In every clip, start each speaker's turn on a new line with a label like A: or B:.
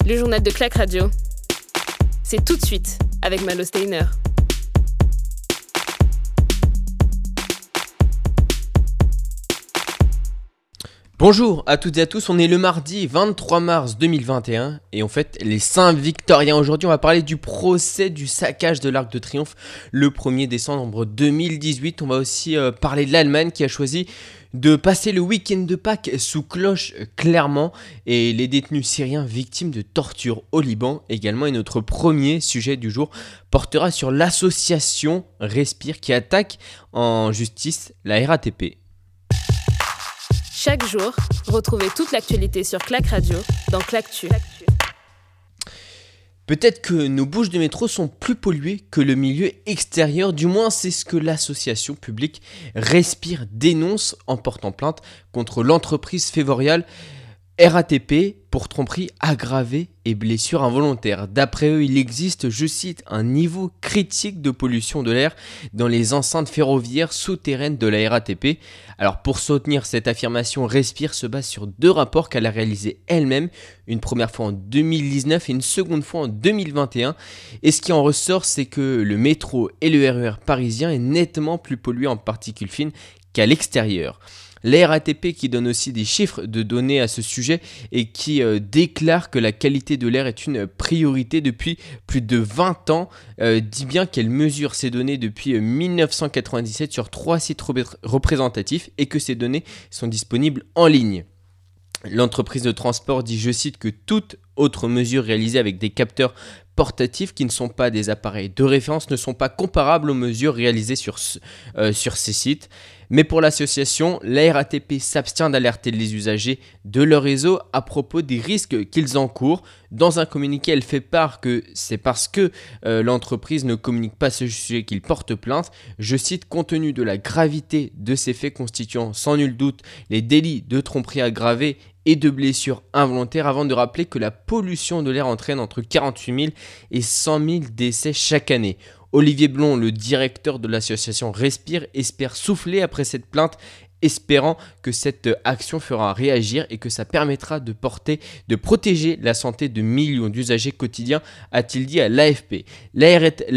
A: Le journal de Clac Radio. C'est tout de suite avec Malo Steiner.
B: Bonjour à toutes et à tous, on est le mardi 23 mars 2021 et on fête les Saint-Victoriens. Aujourd'hui, on va parler du procès du saccage de l'Arc de Triomphe le 1er décembre 2018. On va aussi parler de l'Allemagne qui a choisi de passer le week-end de Pâques sous cloche clairement et les détenus syriens victimes de torture au Liban également. Et notre premier sujet du jour portera sur l'association Respire qui attaque en justice la RATP.
A: Chaque jour, retrouvez toute l'actualité sur Clac Radio dans Clactu.
B: Peut-être que nos bouches de métro sont plus polluées que le milieu extérieur, du moins c'est ce que l'association publique Respire dénonce en portant plainte contre l'entreprise févoriale RATP pour tromperie aggravée et blessure involontaire. D'après eux, il existe, je cite, un niveau critique de pollution de l'air dans les enceintes ferroviaires souterraines de la RATP. Alors pour soutenir cette affirmation, Respire se base sur deux rapports qu'elle a réalisés elle-même, une première fois en 2019 et une seconde fois en 2021. Et ce qui en ressort, c'est que le métro et le RER parisien est nettement plus pollué en particules fines qu'à l'extérieur. La RATP qui donne aussi des chiffres de données à ce sujet et qui déclare que la qualité de l'air est une priorité depuis plus de 20 ans, dit bien qu'elle mesure ces données depuis 1997 sur 3 sites représentatifs et que ces données sont disponibles en ligne. L'entreprise de transport dit, je cite, que toute autre mesure réalisée avec des capteurs portatifs qui ne sont pas des appareils de référence ne sont pas comparables aux mesures réalisées sur ces sites. Mais pour l'association, la RATP s'abstient d'alerter les usagers de leur réseau à propos des risques qu'ils encourent. Dans un communiqué, elle fait part que c'est parce que l'entreprise ne communique pas ce sujet qu'ils portent plainte. Je cite, compte tenu de la gravité de ces faits constituant sans nul doute les délits de tromperie aggravée et de blessures involontaires, avant de rappeler que la pollution de l'air entraîne entre 48 000 et 100 000 décès chaque année. Olivier Blond, le directeur de l'association Respire, espère souffler après cette plainte, espérant que cette action fera réagir et que ça permettra de protéger la santé de millions d'usagers quotidiens, a-t-il dit à l'AFP. La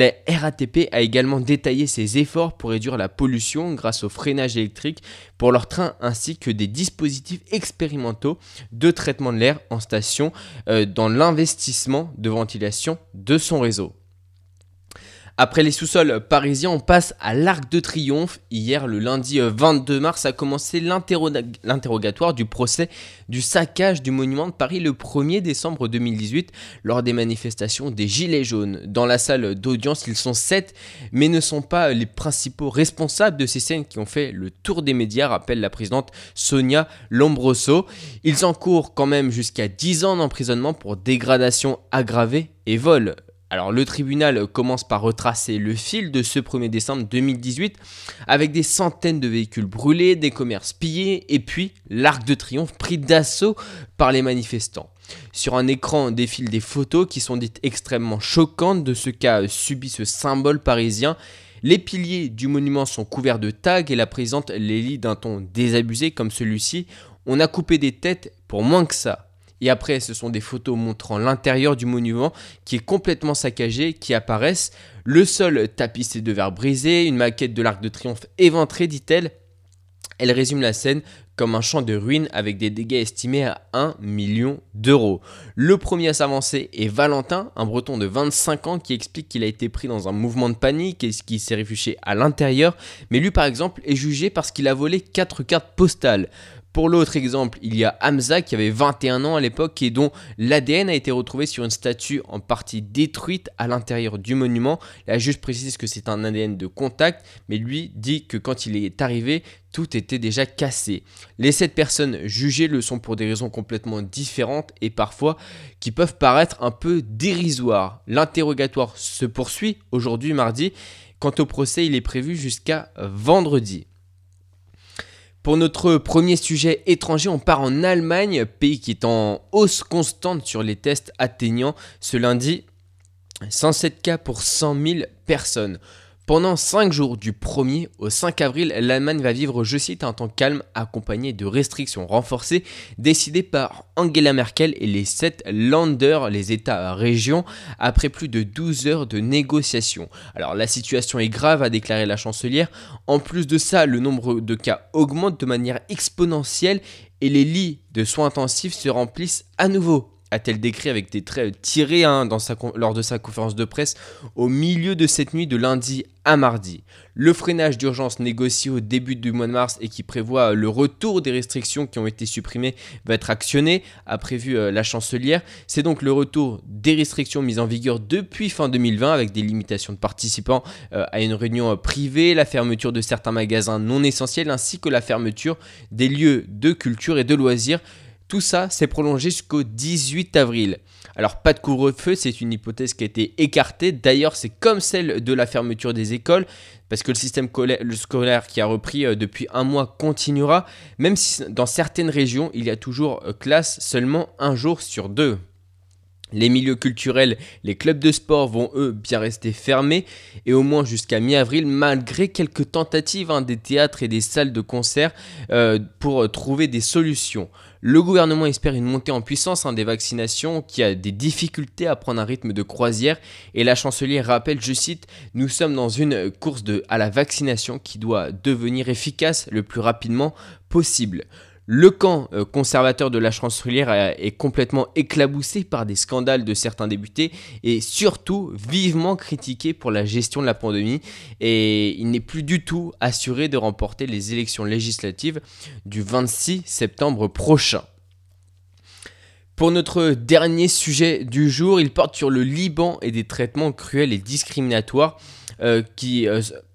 B: RATP a également détaillé ses efforts pour réduire la pollution grâce au freinage électrique pour leurs trains ainsi que des dispositifs expérimentaux de traitement de l'air en station dans l'investissement de ventilation de son réseau. Après les sous-sols parisiens, on passe à l'Arc de Triomphe. Hier, le lundi 22 mars, a commencé l'interrogatoire du procès du saccage du monument de Paris le 1er décembre 2018 lors des manifestations des Gilets jaunes. Dans la salle d'audience, ils sont 7, mais ne sont pas les principaux responsables de ces scènes qui ont fait le tour des médias, rappelle la présidente Sonia Lombroso. Ils encourent quand même jusqu'à 10 ans d'emprisonnement pour dégradation aggravée et vol. Alors le tribunal commence par retracer le fil de ce 1er décembre 2018 avec des centaines de véhicules brûlés, des commerces pillés et puis l'Arc de Triomphe pris d'assaut par les manifestants. Sur un écran défilent des photos qui sont dites extrêmement choquantes de ce qu'a subi ce symbole parisien. Les piliers du monument sont couverts de tags et la présidente les lit d'un ton désabusé comme celui-ci. On a coupé des têtes pour moins que ça. Et après, ce sont des photos montrant l'intérieur du monument qui est complètement saccagé, qui apparaissent. Le sol tapissé de verre brisé, une maquette de l'Arc de Triomphe éventrée, dit-elle. Elle résume la scène comme un champ de ruines avec des dégâts estimés à 1 million d'euros. Le premier à s'avancer est Valentin, un breton de 25 ans qui explique qu'il a été pris dans un mouvement de panique et qu'il s'est réfugié à l'intérieur. Mais lui, par exemple, est jugé parce qu'il a volé 4 cartes postales. Pour l'autre exemple, il y a Hamza qui avait 21 ans à l'époque et dont l'ADN a été retrouvé sur une statue en partie détruite à l'intérieur du monument. La juge précise que c'est un ADN de contact, mais lui dit que quand il est arrivé, tout était déjà cassé. Les 7 personnes jugées le sont pour des raisons complètement différentes et parfois qui peuvent paraître un peu dérisoires. L'interrogatoire se poursuit aujourd'hui mardi. Quant au procès, il est prévu jusqu'à vendredi. Pour notre premier sujet étranger, on part en Allemagne, pays qui est en hausse constante sur les tests atteignant ce lundi 107 cas pour 100 000 personnes. Pendant 5 jours, du 1er au 5 avril, l'Allemagne va vivre, je cite, un temps calme accompagné de restrictions renforcées décidées par Angela Merkel et les 7 Länder, les États-régions, après plus de 12 heures de négociations. Alors la situation est grave, a déclaré la chancelière. En plus de ça, le nombre de cas augmente de manière exponentielle et les lits de soins intensifs se remplissent à nouveau, a-t-elle décrit avec des traits tirés lors de sa conférence de presse au milieu de cette nuit de lundi à mardi. Le freinage d'urgence négocié au début du mois de mars et qui prévoit le retour des restrictions qui ont été supprimées va être actionné, a prévu la chancelière. C'est donc le retour des restrictions mises en vigueur depuis fin 2020 avec des limitations de participants à une réunion privée, la fermeture de certains magasins non essentiels ainsi que la fermeture des lieux de culture et de loisirs. Tout ça s'est prolongé jusqu'au 18 avril. Alors pas de couvre-feu, c'est une hypothèse qui a été écartée. D'ailleurs, c'est comme celle de la fermeture des écoles, parce que le système scolaire qui a repris depuis un mois continuera, même si dans certaines régions, il y a toujours classe seulement un jour sur 2. Les milieux culturels, les clubs de sport vont eux bien rester fermés et au moins jusqu'à mi-avril malgré quelques tentatives des théâtres et des salles de concert pour trouver des solutions. Le gouvernement espère une montée en puissance des vaccinations qui a des difficultés à prendre un rythme de croisière et la chancelière rappelle, je cite, « Nous sommes dans une course à la vaccination qui doit devenir efficace le plus rapidement possible ». Le camp conservateur de la chancelière est complètement éclaboussé par des scandales de certains députés et surtout vivement critiqué pour la gestion de la pandémie et il n'est plus du tout assuré de remporter les élections législatives du 26 septembre prochain. Pour notre dernier sujet du jour, il porte sur le Liban et des traitements cruels et discriminatoires qui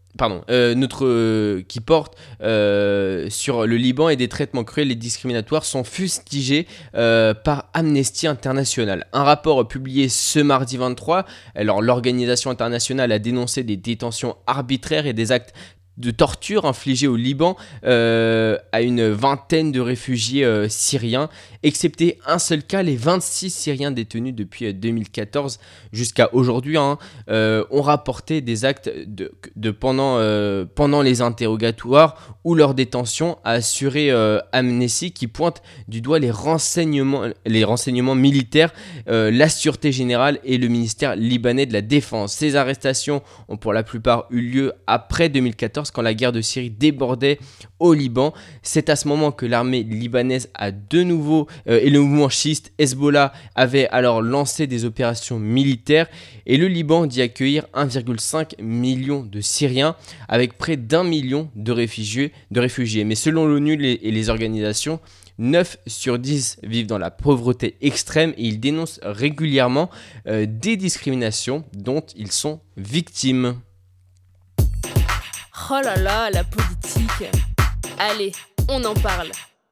B: porte sur le Liban et des traitements cruels et discriminatoires sont fustigés par Amnesty International. Un rapport publié ce mardi 23, alors l'organisation internationale a dénoncé des détentions arbitraires et des actes de torture infligée au Liban à une vingtaine de réfugiés syriens, excepté un seul cas, les 26 Syriens détenus depuis 2014 jusqu'à aujourd'hui ont rapporté des actes pendant les interrogatoires ou leur détention, a assuré Amnesty qui pointe du doigt les renseignements militaires, la Sûreté Générale et le ministère libanais de la Défense. Ces arrestations ont pour la plupart eu lieu après 2014 quand la guerre de Syrie débordait au Liban. C'est à ce moment que l'armée libanaise a de nouveau et le mouvement chiite Hezbollah avait alors lancé des opérations militaires et le Liban dit accueillir 1,5 million de Syriens avec près d'1 million de réfugiés. Mais selon l'ONU et les organisations, 9 sur 10 vivent dans la pauvreté extrême et ils dénoncent régulièrement des discriminations dont ils sont victimes.
A: Oh là là, la politique. Allez, on en parle.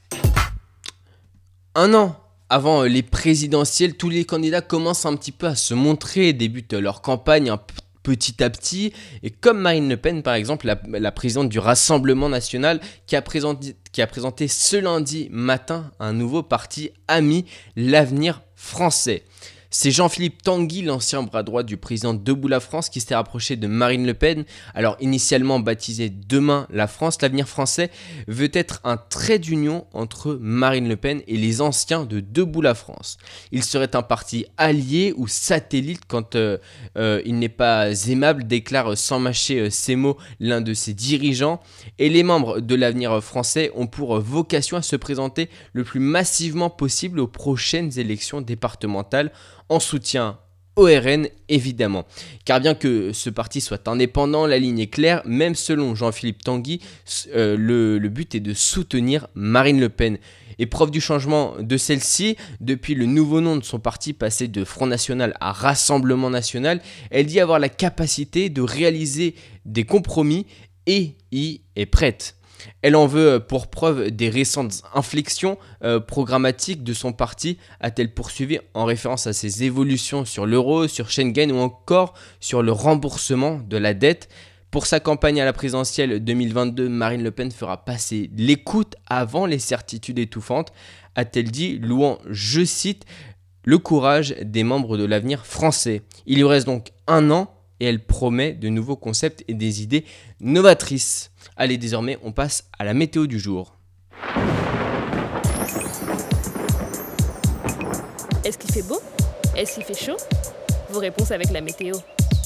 B: Un an avant les présidentielles, tous les candidats commencent un petit peu à se montrer, débutent leur campagne petit à petit. Et comme Marine Le Pen, par exemple, la présidente du Rassemblement national, qui a présenté ce lundi matin un nouveau parti ami, l'Avenir français. C'est Jean-Philippe Tanguy, l'ancien bras droit du président Debout la France, qui s'est rapproché de Marine Le Pen. Alors initialement baptisé Demain la France, l'Avenir français veut être un trait d'union entre Marine Le Pen et les anciens de Debout la France. Il serait un parti allié ou satellite quand il n'est pas aimable, déclare sans mâcher ses mots l'un de ses dirigeants. Et les membres de l'Avenir français ont pour vocation à se présenter le plus massivement possible aux prochaines élections départementales en soutien au RN évidemment. Car bien que ce parti soit indépendant, la ligne est claire, même selon Jean-Philippe Tanguy, le but est de soutenir Marine Le Pen. Et preuve du changement de celle-ci, depuis le nouveau nom de son parti passé de Front National à Rassemblement National, elle dit avoir la capacité de réaliser des compromis et y est prête. Elle en veut pour preuve des récentes inflexions programmatiques de son parti, a-t-elle poursuivi en référence à ses évolutions sur l'euro, sur Schengen ou encore sur le remboursement de la dette. Pour sa campagne à la présidentielle 2022, Marine Le Pen fera passer l'écoute avant les certitudes étouffantes, a-t-elle dit, louant, je cite, le courage des membres de l'Avenir français. Il lui reste donc un an et elle promet de nouveaux concepts et des idées novatrices. Allez, désormais, on passe à la météo du jour.
A: Est-ce qu'il fait beau? Est-ce qu'il fait chaud? Vos réponses avec la météo.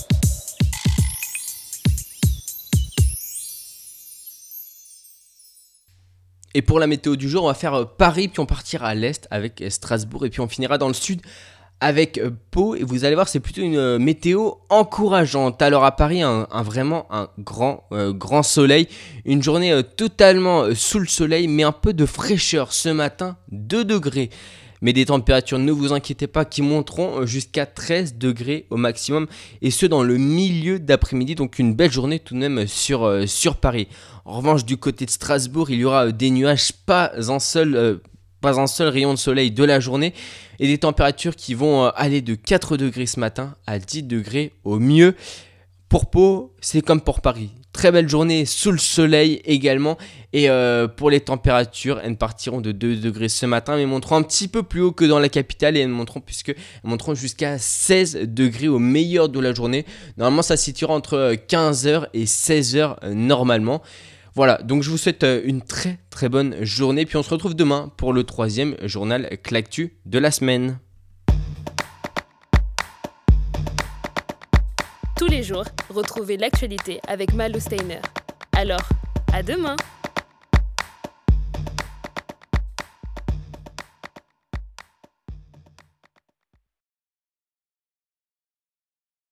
B: Et pour la météo du jour, on va faire Paris, puis on partira à l'est avec Strasbourg, et puis on finira dans le sud avec Pau. Et vous allez voir, c'est plutôt une météo encourageante. Alors à Paris, vraiment un grand soleil. Une journée totalement sous le soleil, mais un peu de fraîcheur. Ce matin, 2 degrés. Mais des températures, ne vous inquiétez pas, qui monteront jusqu'à 13 degrés au maximum. Et ce, dans le milieu d'après-midi. Donc une belle journée tout de même sur Paris. En revanche, du côté de Strasbourg, il y aura des nuages, pas un seul rayon de soleil de la journée. Et des températures qui vont aller de 4 degrés ce matin à 10 degrés au mieux. Pour Pau, c'est comme pour Paris. Très belle journée sous le soleil également. Et pour les températures, elles partiront de 2 degrés ce matin, mais monteront un petit peu plus haut que dans la capitale. Et elles monteront jusqu'à 16 degrés au meilleur de la journée. Normalement, ça se situera entre 15h et 16h normalement. Voilà, donc je vous souhaite une très bonne journée. Puis on se retrouve demain pour le 3e journal Clactu de la semaine.
A: Tous les jours, retrouvez l'actualité avec Malo Steiner. Alors, à demain!